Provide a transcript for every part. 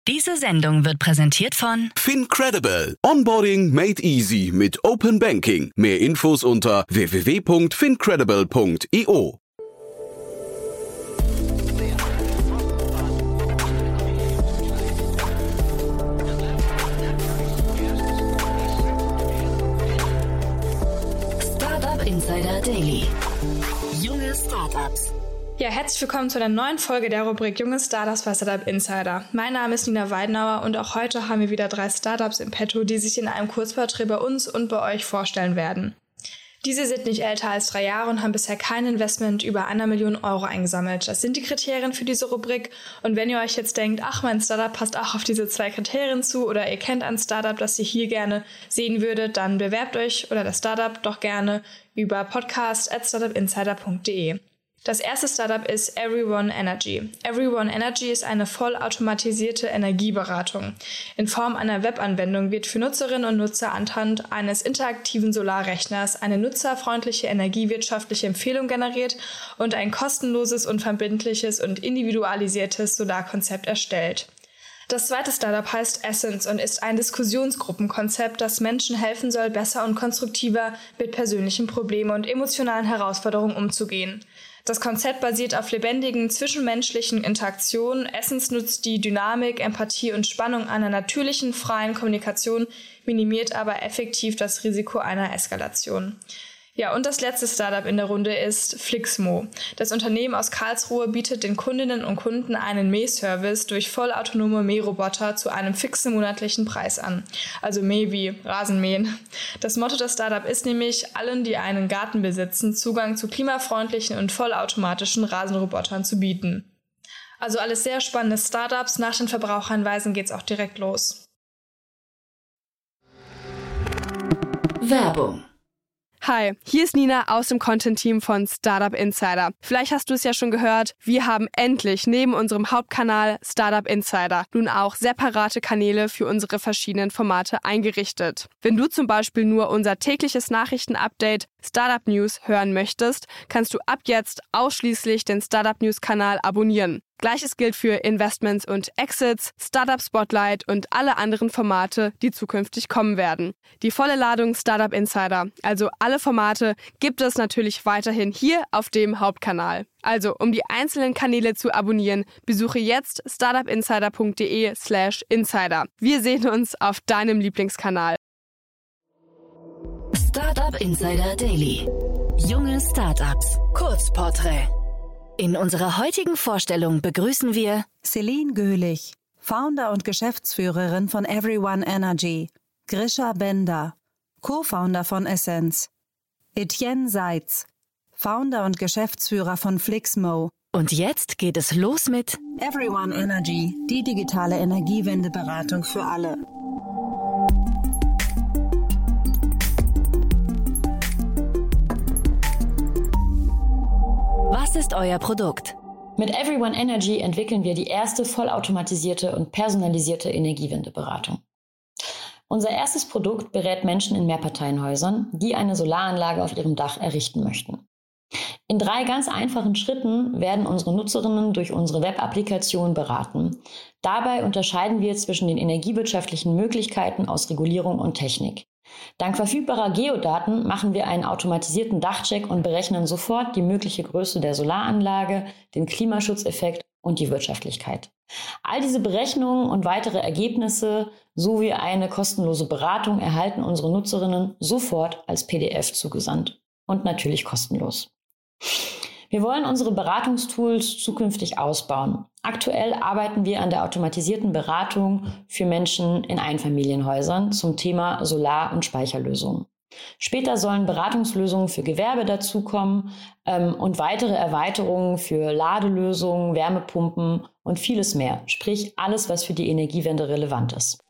Diese Sendung wird präsentiert von FinCredible. Onboarding made easy mit Open Banking. Mehr Infos unter www.fincredible.io. Startup Insider Daily. Junge Startups. Ja, herzlich willkommen zu einer neuen Folge der Rubrik Junge Startups bei Startup Insider. Mein Name ist Nina Weidenauer und auch heute haben wir wieder 3 Startups im Petto, die sich in einem Kurzporträt bei uns und bei euch vorstellen werden. Diese sind nicht älter als 3 Jahre und haben bisher kein Investment über 1 Million Euro eingesammelt. Das sind die Kriterien für diese Rubrik. Und wenn ihr euch jetzt denkt, ach, mein Startup passt auch auf diese 2 Kriterien zu oder ihr kennt ein Startup, das ihr hier gerne sehen würdet, dann bewerbt euch oder das Startup doch gerne über podcast@startupinsider.de. Das erste Startup ist Everyone Energy. Everyone Energy ist eine vollautomatisierte Energieberatung. In Form einer Webanwendung wird für Nutzerinnen und Nutzer anhand eines interaktiven Solarrechners eine nutzerfreundliche energiewirtschaftliche Empfehlung generiert und ein kostenloses, unverbindliches und individualisiertes Solarkonzept erstellt. Das zweite Startup heißt Essence und ist ein Diskussionsgruppenkonzept, das Menschen helfen soll, besser und konstruktiver mit persönlichen Problemen und emotionalen Herausforderungen umzugehen. Das Konzept basiert auf lebendigen zwischenmenschlichen Interaktionen. Essence nutzt die Dynamik, Empathie und Spannung einer natürlichen, freien Kommunikation, minimiert aber effektiv das Risiko einer Eskalation. Ja, und das letzte Startup in der Runde ist Flixmo. Das Unternehmen aus Karlsruhe bietet den Kundinnen und Kunden einen Mähservice durch vollautonome Mähroboter zu einem fixen monatlichen Preis an. Also Mäh wie Rasenmähen. Das Motto des Startup ist nämlich, allen, die einen Garten besitzen, Zugang zu klimafreundlichen und vollautomatischen Rasenrobotern zu bieten. Also alles sehr spannende Startups. Nach den Verbraucherhinweisen geht's auch direkt los. Werbung. Hi, hier ist Nina aus dem Content-Team von Startup Insider. Vielleicht hast du es ja schon gehört, wir haben endlich neben unserem Hauptkanal Startup Insider nun auch separate Kanäle für unsere verschiedenen Formate eingerichtet. Wenn du zum Beispiel nur unser tägliches Nachrichtenupdate Startup News hören möchtest, kannst du ab jetzt ausschließlich den Startup News-Kanal abonnieren. Gleiches gilt für Investments und Exits, Startup Spotlight und alle anderen Formate, die zukünftig kommen werden. Die volle Ladung Startup Insider, also alle Formate, gibt es natürlich weiterhin hier auf dem Hauptkanal. Also, um die einzelnen Kanäle zu abonnieren, besuche jetzt startupinsider.de/insider. Wir sehen uns auf deinem Lieblingskanal. Startup Insider Daily. Junge Startups. Kurzporträt. In unserer heutigen Vorstellung begrüßen wir Celine Göhlich, Founder und Geschäftsführerin von Everyone Energy, Grisha Bender, Co-Founder von Essence, Etienne Seitz, Founder und Geschäftsführer von Flixmo. Und jetzt geht es los mit Everyone Energy, die digitale Energiewendeberatung für alle. Was ist euer Produkt? Mit Everyone Energy entwickeln wir die erste vollautomatisierte und personalisierte Energiewendeberatung. Unser erstes Produkt berät Menschen in Mehrparteienhäusern, die eine Solaranlage auf ihrem Dach errichten möchten. In 3 ganz einfachen Schritten werden unsere Nutzerinnen durch unsere Web-Applikation beraten. Dabei unterscheiden wir zwischen den energiewirtschaftlichen Möglichkeiten aus Regulierung und Technik. Dank verfügbarer Geodaten machen wir einen automatisierten Dachcheck und berechnen sofort die mögliche Größe der Solaranlage, den Klimaschutzeffekt und die Wirtschaftlichkeit. All diese Berechnungen und weitere Ergebnisse sowie eine kostenlose Beratung erhalten unsere Nutzerinnen sofort als PDF zugesandt und natürlich kostenlos. Wir wollen unsere Beratungstools zukünftig ausbauen. Aktuell arbeiten wir an der automatisierten Beratung für Menschen in Einfamilienhäusern zum Thema Solar- und Speicherlösungen. Später sollen Beratungslösungen für Gewerbe dazukommen und weitere Erweiterungen für Ladelösungen, Wärmepumpen und vieles mehr. Sprich alles, was für die Energiewende relevant ist.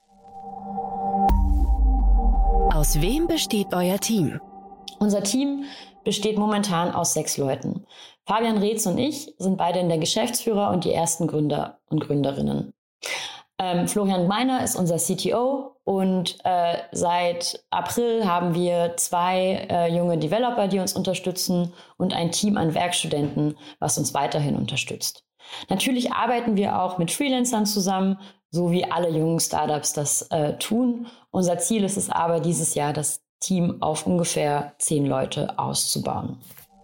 Aus wem besteht euer Team? Unser Team besteht momentan aus 6 Leuten. Fabian Reetz und ich sind beide in der Geschäftsführer und die ersten Gründer und Gründerinnen. Florian Meiner ist unser CTO und seit April haben wir 2 junge Developer, die uns unterstützen und ein Team an Werkstudenten, was uns weiterhin unterstützt. Natürlich arbeiten wir auch mit Freelancern zusammen so wie alle jungen Startups das tun. Unser Ziel ist es aber, dieses Jahr das Team auf ungefähr 10 Leute auszubauen.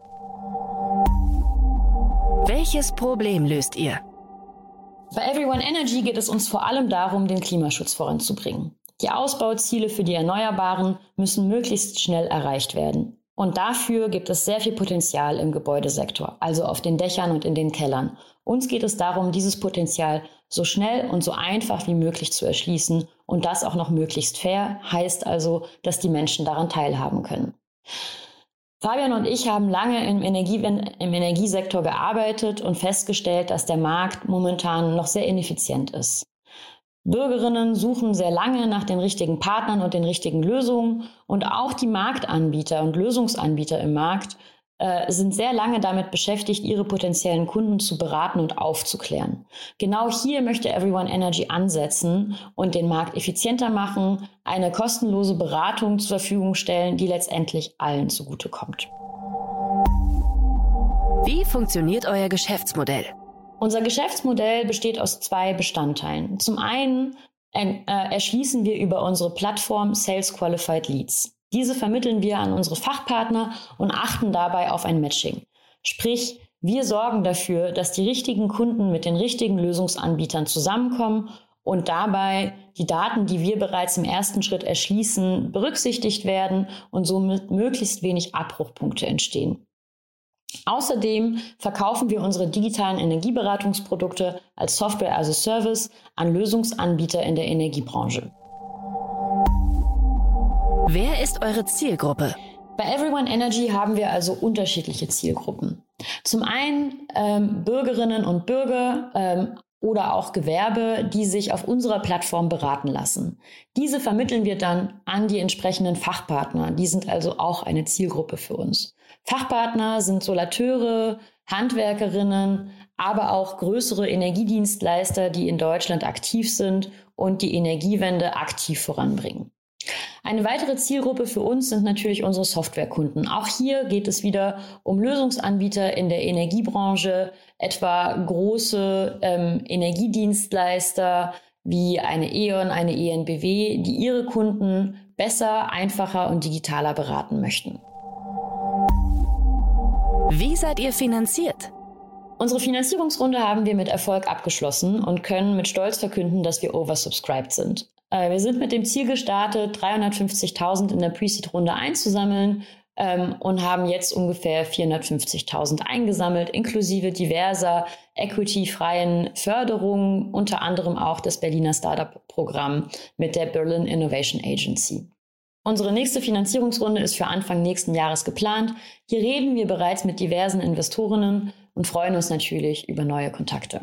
Welches Problem löst ihr? Bei Everyone Energy geht es uns vor allem darum, den Klimaschutz voranzubringen. Die Ausbauziele für die Erneuerbaren müssen möglichst schnell erreicht werden. Und dafür gibt es sehr viel Potenzial im Gebäudesektor, also auf den Dächern und in den Kellern. Uns geht es darum, dieses Potenzial so schnell und so einfach wie möglich zu erschließen und das auch noch möglichst fair, heißt also, dass die Menschen daran teilhaben können. Fabian und ich haben lange im Energiesektor gearbeitet und festgestellt, dass der Markt momentan noch sehr ineffizient ist. Bürgerinnen suchen sehr lange nach den richtigen Partnern und den richtigen Lösungen und auch die Marktanbieter und Lösungsanbieter im Markt sind sehr lange damit beschäftigt, ihre potenziellen Kunden zu beraten und aufzuklären. Genau hier möchte Everyone Energy ansetzen und den Markt effizienter machen, eine kostenlose Beratung zur Verfügung stellen, die letztendlich allen zugutekommt. Wie funktioniert euer Geschäftsmodell? Unser Geschäftsmodell besteht aus 2 Bestandteilen. Zum einen erschließen wir über unsere Plattform Sales Qualified Leads. Diese vermitteln wir an unsere Fachpartner und achten dabei auf ein Matching. Sprich, wir sorgen dafür, dass die richtigen Kunden mit den richtigen Lösungsanbietern zusammenkommen und dabei die Daten, die wir bereits im ersten Schritt erschließen, berücksichtigt werden und somit möglichst wenig Abbruchpunkte entstehen. Außerdem verkaufen wir unsere digitalen Energieberatungsprodukte als Software as a Service an Lösungsanbieter in der Energiebranche. Wer ist eure Zielgruppe? Bei Everyone Energy haben wir also unterschiedliche Zielgruppen. Zum einen Bürgerinnen und Bürger oder auch Gewerbe, die sich auf unserer Plattform beraten lassen. Diese vermitteln wir dann an die entsprechenden Fachpartner. Die sind also auch eine Zielgruppe für uns. Fachpartner sind Solateure, Handwerkerinnen, aber auch größere Energiedienstleister, die in Deutschland aktiv sind und die Energiewende aktiv voranbringen. Eine weitere Zielgruppe für uns sind natürlich unsere Softwarekunden. Auch hier geht es wieder um Lösungsanbieter in der Energiebranche, etwa große Energiedienstleister wie eine E.ON, eine EnBW, die ihre Kunden besser, einfacher und digitaler beraten möchten. Wie seid ihr finanziert? Unsere Finanzierungsrunde haben wir mit Erfolg abgeschlossen und können mit Stolz verkünden, dass wir oversubscribed sind. Wir sind mit dem Ziel gestartet, 350.000 in der Pre-Seed-Runde einzusammeln und haben jetzt ungefähr 450.000 eingesammelt, inklusive diverser equity-freien Förderungen, unter anderem auch das Berliner Startup-Programm mit der Berlin Innovation Agency. Unsere nächste Finanzierungsrunde ist für Anfang nächsten Jahres geplant. Hier reden wir bereits mit diversen Investorinnen und freuen uns natürlich über neue Kontakte.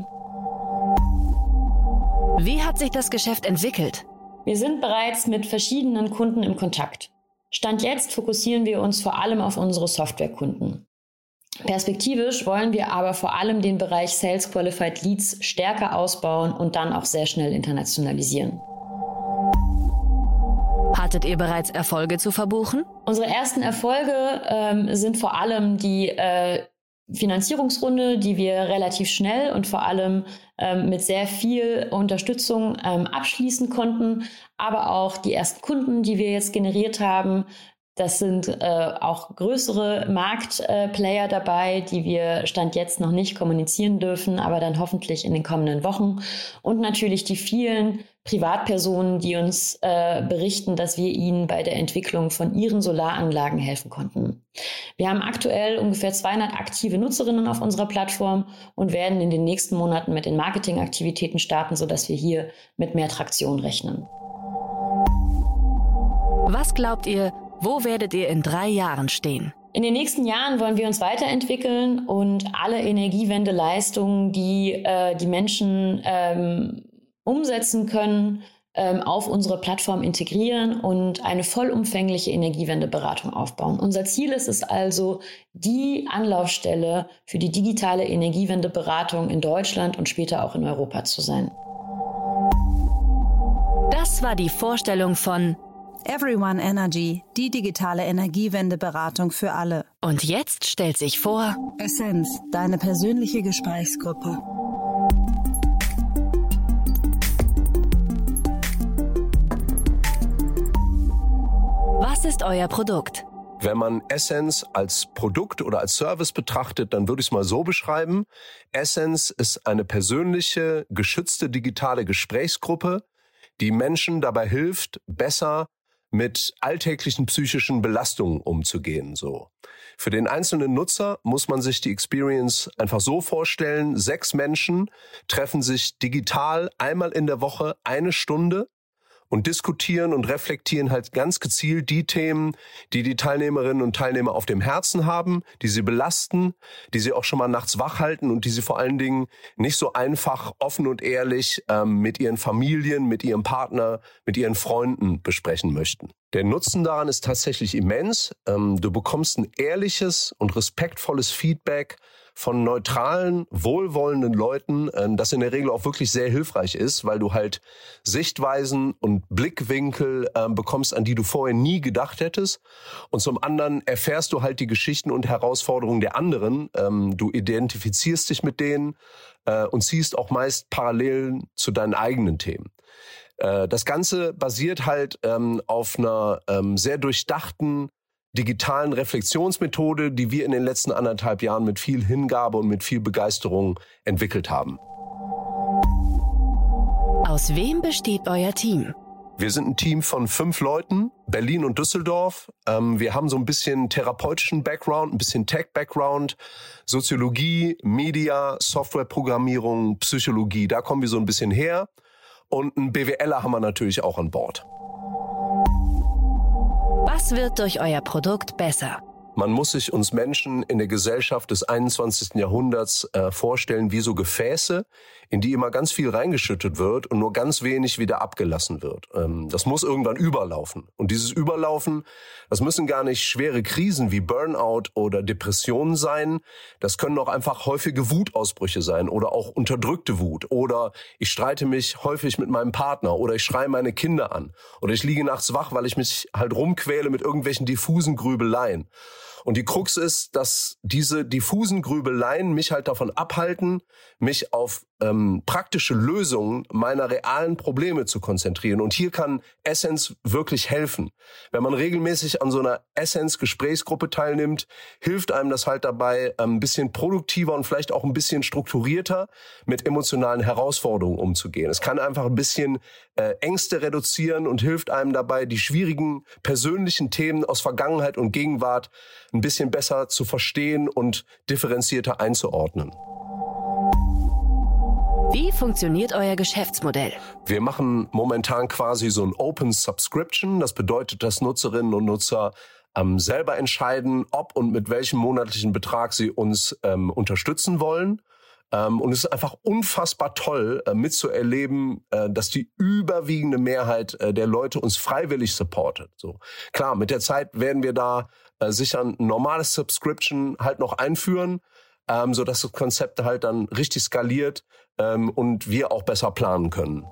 Wie hat sich das Geschäft entwickelt? Wir sind bereits mit verschiedenen Kunden im Kontakt. Stand jetzt fokussieren wir uns vor allem auf unsere Softwarekunden. Perspektivisch wollen wir aber vor allem den Bereich Sales Qualified Leads stärker ausbauen und dann auch sehr schnell internationalisieren. Hattet ihr bereits Erfolge zu verbuchen? Unsere ersten Erfolge sind vor allem die Finanzierungsrunde, die wir relativ schnell und vor allem mit sehr viel Unterstützung abschließen konnten, aber auch die ersten Kunden, die wir jetzt generiert haben. Das sind auch größere Marktplayer dabei, die wir Stand jetzt noch nicht kommunizieren dürfen, aber dann hoffentlich in den kommenden Wochen. Und natürlich die vielen Privatpersonen, die uns berichten, dass wir ihnen bei der Entwicklung von ihren Solaranlagen helfen konnten. Wir haben aktuell ungefähr 200 aktive Nutzerinnen auf unserer Plattform und werden in den nächsten Monaten mit den Marketingaktivitäten starten, sodass wir hier mit mehr Traktion rechnen. Was glaubt ihr, wo werdet ihr in 3 Jahren stehen? In den nächsten Jahren wollen wir uns weiterentwickeln und alle Energiewendeleistungen, die die Menschen umsetzen können, auf unsere Plattform integrieren und eine vollumfängliche Energiewendeberatung aufbauen. Unser Ziel ist es also, die Anlaufstelle für die digitale Energiewendeberatung in Deutschland und später auch in Europa zu sein. Das war die Vorstellung von Everyone Energy, die digitale Energiewendeberatung für alle. Und jetzt stellt sich vor Essenz, deine persönliche Gesprächsgruppe. ist euer Produkt? Wenn man Essence als Produkt oder als Service betrachtet, dann würde ich es mal so beschreiben. Essence ist eine persönliche, geschützte digitale Gesprächsgruppe, die Menschen dabei hilft, besser mit alltäglichen psychischen Belastungen umzugehen. So. Für den einzelnen Nutzer muss man sich die Experience einfach so vorstellen, 6 Menschen treffen sich digital einmal in der Woche 1 Stunde und diskutieren und reflektieren halt ganz gezielt die Themen, die die Teilnehmerinnen und Teilnehmer auf dem Herzen haben, die sie belasten, die sie auch schon mal nachts wach halten und die sie vor allen Dingen nicht so einfach, offen und ehrlich mit ihren Familien, mit ihrem Partner, mit ihren Freunden besprechen möchten. Der Nutzen daran ist tatsächlich immens. Du bekommst ein ehrliches und respektvolles Feedback von neutralen, wohlwollenden Leuten, das in der Regel auch wirklich sehr hilfreich ist, weil du halt Sichtweisen und Blickwinkel bekommst, an die du vorher nie gedacht hättest. Und zum anderen erfährst du halt die Geschichten und Herausforderungen der anderen. Du identifizierst dich mit denen und ziehst auch meist Parallelen zu deinen eigenen Themen. Das Ganze basiert halt auf einer sehr durchdachten digitalen Reflexionsmethode, die wir in den letzten 1,5 Jahren mit viel Hingabe und mit viel Begeisterung entwickelt haben. Aus wem besteht euer Team? Wir sind ein Team von 5 Leuten, Berlin und Düsseldorf. Wir haben so ein bisschen therapeutischen Background, ein bisschen Tech-Background, Soziologie, Media, Softwareprogrammierung, Psychologie. Da kommen wir so ein bisschen her. Und einen BWLer haben wir natürlich auch an Bord. Was wird durch euer Produkt besser? Man muss sich uns Menschen in der Gesellschaft des 21. Jahrhunderts vorstellen wie so Gefäße, in die immer ganz viel reingeschüttet wird und nur ganz wenig wieder abgelassen wird. Das muss irgendwann überlaufen. Und dieses Überlaufen, das müssen gar nicht schwere Krisen wie Burnout oder Depressionen sein. Das können auch einfach häufige Wutausbrüche sein oder auch unterdrückte Wut. Oder ich streite mich häufig mit meinem Partner oder ich schreie meine Kinder an. Oder ich liege nachts wach, weil ich mich halt rumquäle mit irgendwelchen diffusen Grübeleien. Und die Krux ist, dass diese diffusen Grübeleien mich halt davon abhalten, mich auf praktische Lösungen meiner realen Probleme zu konzentrieren. Und hier kann Essence wirklich helfen. Wenn man regelmäßig an so einer Essence-Gesprächsgruppe teilnimmt, hilft einem das halt dabei, ein bisschen produktiver und vielleicht auch ein bisschen strukturierter mit emotionalen Herausforderungen umzugehen. Es kann einfach ein bisschen Ängste reduzieren und hilft einem dabei, die schwierigen persönlichen Themen aus Vergangenheit und Gegenwart ein bisschen besser zu verstehen und differenzierter einzuordnen. Wie funktioniert euer Geschäftsmodell? Wir machen momentan quasi so ein Open Subscription. Das bedeutet, dass Nutzerinnen und Nutzer selber entscheiden, ob und mit welchem monatlichen Betrag sie uns unterstützen wollen. Und es ist einfach unfassbar toll mitzuerleben, dass die überwiegende Mehrheit der Leute uns freiwillig supportet. So. Klar, mit der Zeit werden wir da sicher ein normales Subscription halt noch einführen, so dass das Konzept halt dann richtig skaliert und wir auch besser planen können.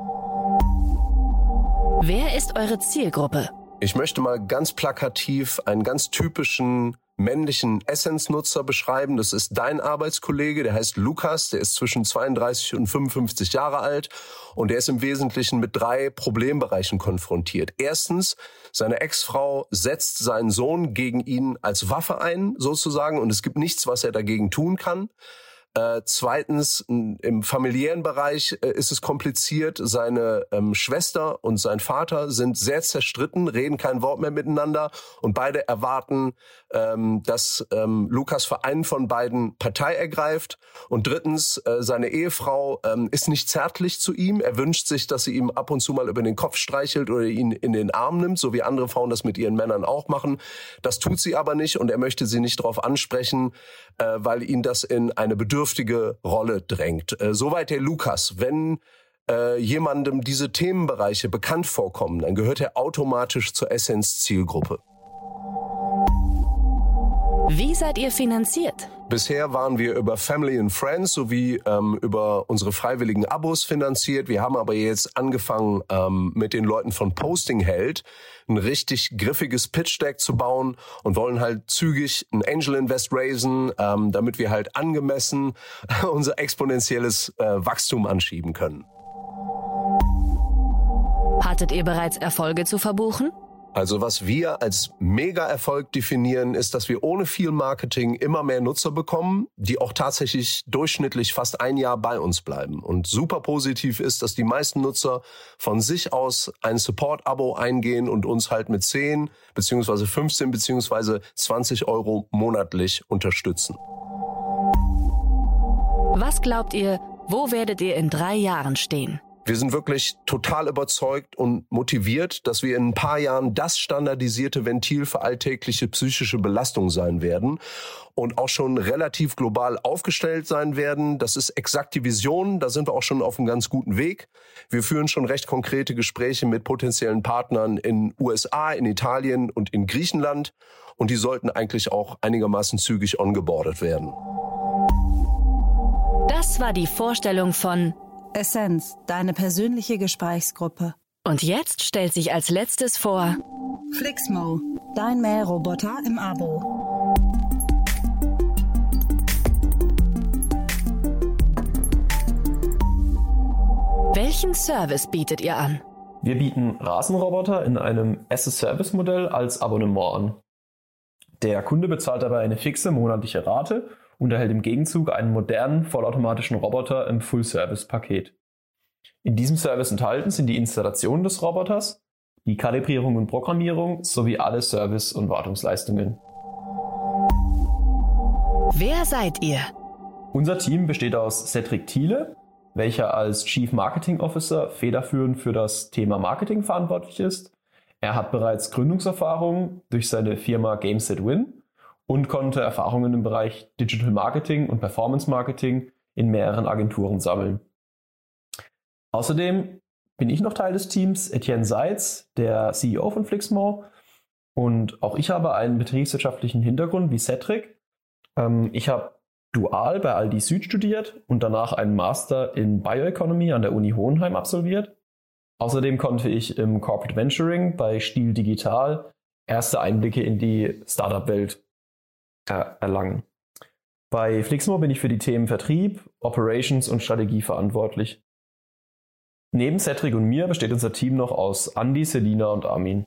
Wer ist eure Zielgruppe? Ich möchte mal ganz plakativ einen ganz typischen männlichen Essence-Nutzer beschreiben. Das ist dein Arbeitskollege, der heißt Lukas, der ist zwischen 32 und 55 Jahre alt und der ist im Wesentlichen mit 3 Problembereichen konfrontiert. Erstens, seine Ex-Frau setzt seinen Sohn gegen ihn als Waffe ein, sozusagen, und es gibt nichts, was er dagegen tun kann. Zweitens, im familiären Bereich ist es kompliziert. Seine Schwester und sein Vater sind sehr zerstritten, reden kein Wort mehr miteinander und beide erwarten, dass Lukas für einen von beiden Partei ergreift. Und drittens, seine Ehefrau ist nicht zärtlich zu ihm. Er wünscht sich, dass sie ihm ab und zu mal über den Kopf streichelt oder ihn in den Arm nimmt, so wie andere Frauen das mit ihren Männern auch machen. Das tut sie aber nicht und er möchte sie nicht darauf ansprechen, weil ihn das in eine bedürftige Rolle drängt. Soweit der Lukas. Wenn jemandem diese Themenbereiche bekannt vorkommen, dann gehört er automatisch zur Essence-Zielgruppe. Wie seid ihr finanziert? Bisher waren wir über Family and Friends sowie über unsere freiwilligen Abos finanziert. Wir haben aber jetzt angefangen, mit den Leuten von Posting Held ein richtig griffiges Pitch-Deck zu bauen und wollen halt zügig ein Angel Invest raisen, damit wir halt angemessen unser exponentielles Wachstum anschieben können. Hattet ihr bereits Erfolge zu verbuchen? Also was wir als Mega-Erfolg definieren, ist, dass wir ohne viel Marketing immer mehr Nutzer bekommen, die auch tatsächlich durchschnittlich fast ein Jahr bei uns bleiben. Und super positiv ist, dass die meisten Nutzer von sich aus ein Support-Abo eingehen und uns halt mit 10 bzw. 15 bzw. 20 Euro monatlich unterstützen. Was glaubt ihr, wo werdet ihr in 3 Jahren stehen? Wir sind wirklich total überzeugt und motiviert, dass wir in ein paar Jahren das standardisierte Ventil für alltägliche psychische Belastung sein werden und auch schon relativ global aufgestellt sein werden. Das ist exakt die Vision, da sind wir auch schon auf einem ganz guten Weg. Wir führen schon recht konkrete Gespräche mit potenziellen Partnern in USA, in Italien und in Griechenland und die sollten eigentlich auch einigermaßen zügig ongeboardet werden. Das war die Vorstellung von Essence, deine persönliche Gesprächsgruppe. Und jetzt stellt sich als letztes vor Flixmo, dein Mähroboter im Abo. Welchen Service bietet ihr an? Wir bieten Rasenroboter in einem as-a-Service-Modell als Abonnement an. Der Kunde bezahlt dabei eine fixe monatliche Rate und erhält im Gegenzug einen modernen, vollautomatischen Roboter im Full-Service-Paket. In diesem Service enthalten sind die Installation des Roboters, die Kalibrierung und Programmierung sowie alle Service- und Wartungsleistungen. Wer seid ihr? Unser Team besteht aus Cedric Thiele, welcher als Chief Marketing Officer federführend für das Thema Marketing verantwortlich ist. Er hat bereits Gründungserfahrung durch seine Firma GameSetWin und konnte Erfahrungen im Bereich Digital Marketing und Performance Marketing in mehreren Agenturen sammeln. Außerdem bin ich noch Teil des Teams, Etienne Seitz, der CEO von Flixmo. Und auch ich habe einen betriebswirtschaftlichen Hintergrund wie Cedric. Ich habe dual bei Aldi Süd studiert und danach einen Master in Bioeconomy an der Uni Hohenheim absolviert. Außerdem konnte ich im Corporate Venturing bei Stiel Digital erste Einblicke in die Startup-Welt erlangen. Bei Flixmo bin ich für die Themen Vertrieb, Operations und Strategie verantwortlich. Neben Cedric und mir besteht unser Team noch aus Andi, Selina und Armin.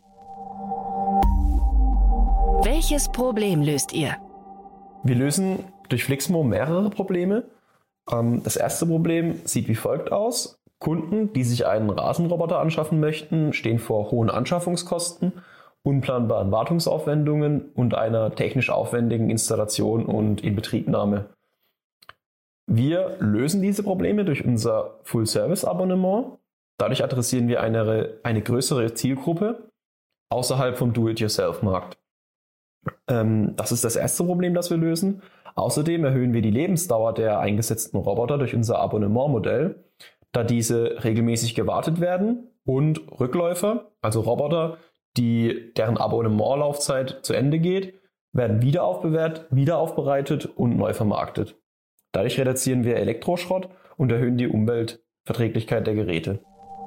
Welches Problem löst ihr? Wir lösen durch Flixmo mehrere Probleme. Das erste Problem sieht wie folgt aus. Kunden, die sich einen Rasenroboter anschaffen möchten, stehen vor hohen Anschaffungskosten, unplanbaren Wartungsaufwendungen und einer technisch aufwendigen Installation und Inbetriebnahme. Wir lösen diese Probleme durch unser Full-Service-Abonnement. Dadurch adressieren wir eine größere Zielgruppe außerhalb vom Do-it-yourself-Markt. Das ist das erste Problem, das wir lösen. Außerdem erhöhen wir die Lebensdauer der eingesetzten Roboter durch unser Abonnementmodell, da diese regelmäßig gewartet werden und Rückläufer, also Roboter, deren Abonnementlaufzeit zu Ende geht, werden wieder aufbereitet und neu vermarktet. Dadurch reduzieren wir Elektroschrott und erhöhen die Umweltverträglichkeit der Geräte.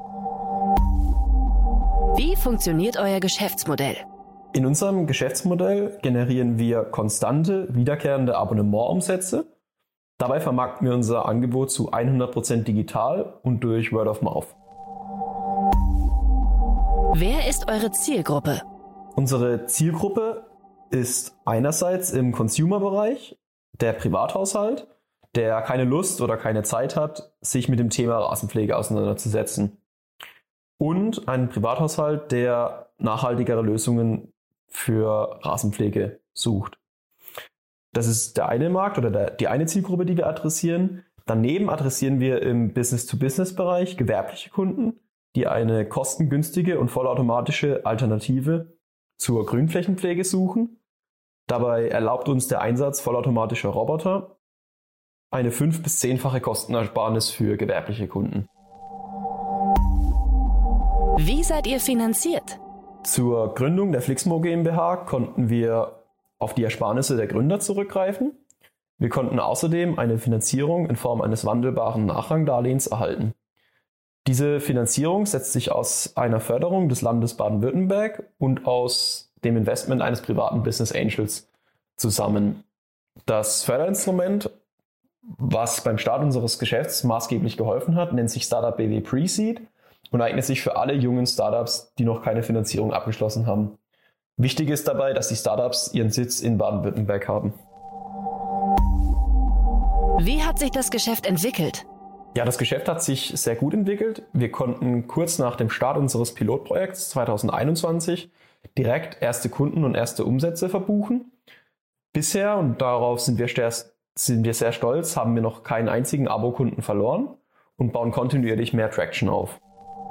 Wie funktioniert euer Geschäftsmodell? In unserem Geschäftsmodell generieren wir konstante, wiederkehrende Abonnementumsätze. Dabei vermarkten wir unser Angebot zu 100% digital und durch Word of Mouth. Wer ist eure Zielgruppe? Unsere Zielgruppe ist einerseits im Consumer-Bereich der Privathaushalt, der keine Lust oder keine Zeit hat, sich mit dem Thema Rasenpflege auseinanderzusetzen. Und ein Privathaushalt, der nachhaltigere Lösungen für Rasenpflege sucht. Das ist der eine Markt oder die eine Zielgruppe, die wir adressieren. Daneben adressieren wir im Business-to-Business-Bereich gewerbliche Kunden, die eine kostengünstige und vollautomatische Alternative zur Grünflächenpflege suchen. Dabei erlaubt uns der Einsatz vollautomatischer Roboter eine 5- bis 10-fache Kostenersparnis für gewerbliche Kunden. Wie seid ihr finanziert? Zur Gründung der Flixmo GmbH konnten wir auf die Ersparnisse der Gründer zurückgreifen. Wir konnten außerdem eine Finanzierung in Form eines wandelbaren Nachrangdarlehens erhalten. Diese Finanzierung setzt sich aus einer Förderung des Landes Baden-Württemberg und aus dem Investment eines privaten Business Angels zusammen. Das Förderinstrument, was beim Start unseres Geschäfts maßgeblich geholfen hat, nennt sich Startup BW Pre-Seed. und eignet sich für alle jungen Startups, die noch keine Finanzierung abgeschlossen haben. Wichtig ist dabei, dass die Startups ihren Sitz in Baden-Württemberg haben. Wie hat sich das Geschäft entwickelt? Ja, das Geschäft hat sich sehr gut entwickelt. Wir konnten kurz nach dem Start unseres Pilotprojekts 2021 direkt erste Kunden und erste Umsätze verbuchen. Bisher, und darauf sind wir sehr stolz, haben wir noch keinen einzigen Abo-Kunden verloren und bauen kontinuierlich mehr Traction auf.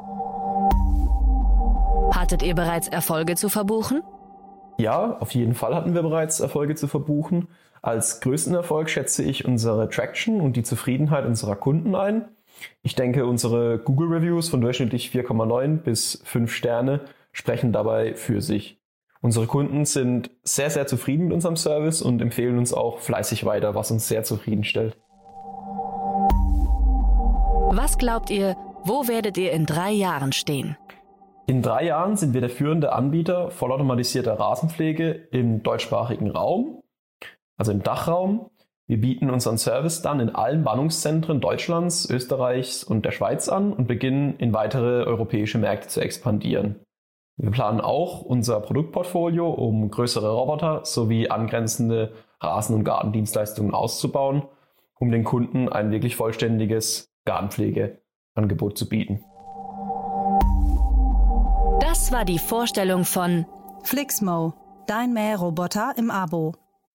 Hattet ihr bereits Erfolge zu verbuchen? Ja, auf jeden Fall hatten wir bereits Erfolge zu verbuchen. Als größten Erfolg schätze ich unsere Traction und die Zufriedenheit unserer Kunden ein. Ich denke, unsere Google-Reviews von durchschnittlich 4,9 bis 5 Sterne sprechen dabei für sich. Unsere Kunden sind sehr, sehr zufrieden mit unserem Service und empfehlen uns auch fleißig weiter, was uns sehr zufriedenstellt. Was glaubt ihr, wo werdet ihr in 3 Jahren stehen? In 3 Jahren sind wir der führende Anbieter vollautomatisierter Rasenpflege im deutschsprachigen Raum, also im Dachraum. Wir bieten unseren Service dann in allen Bannungszentren Deutschlands, Österreichs und der Schweiz an und beginnen in weitere europäische Märkte zu expandieren. Wir planen auch unser Produktportfolio um größere Roboter sowie angrenzende Rasen- und Gartendienstleistungen auszubauen, um den Kunden ein wirklich vollständiges Gartenpflegeangebot zu bieten. Das war die Vorstellung von Flixmo, dein Mähroboter im Abo.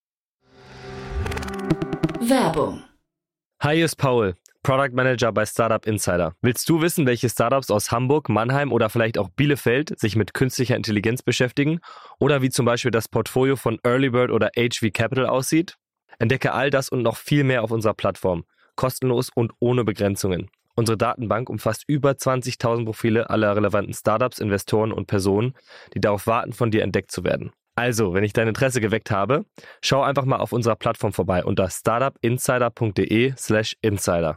Werbung. Hi, hier ist Paul, Product Manager bei Startup Insider. Willst du wissen, welche Startups aus Hamburg, Mannheim oder vielleicht auch Bielefeld sich mit künstlicher Intelligenz beschäftigen? Oder wie zum Beispiel das Portfolio von Earlybird oder HV Capital aussieht? Entdecke all das und noch viel mehr auf unserer Plattform. Kostenlos und ohne Begrenzungen. Unsere Datenbank umfasst über 20.000 Profile aller relevanten Startups, Investoren und Personen, die darauf warten, von dir entdeckt zu werden. Also, wenn ich dein Interesse geweckt habe, schau einfach mal auf unserer Plattform vorbei unter startupinsider.de/insider.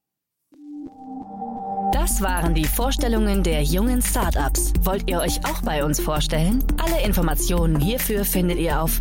Das waren die Vorstellungen der jungen Startups. Wollt ihr euch auch bei uns vorstellen? Alle Informationen hierfür findet ihr auf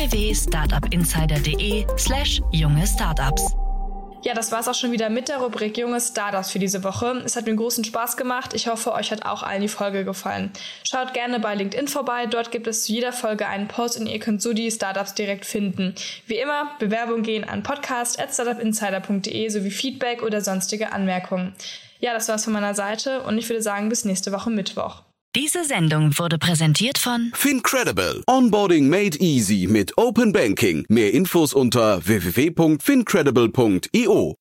www.startupinsider.de/junge Startups. Ja, das war's auch schon wieder mit der Rubrik Junge Startups für diese Woche. Es hat mir großen Spaß gemacht. Ich hoffe, euch hat auch allen die Folge gefallen. Schaut gerne bei LinkedIn vorbei. Dort gibt es zu jeder Folge einen Post und ihr könnt so die Startups direkt finden. Wie immer, Bewerbungen gehen an podcast@startupinsider.de sowie Feedback oder sonstige Anmerkungen. Ja, das war's von meiner Seite und ich würde sagen, bis nächste Woche Mittwoch. Diese Sendung wurde präsentiert von FinCredible. Onboarding made easy mit Open Banking. Mehr Infos unter www.fincredible.io.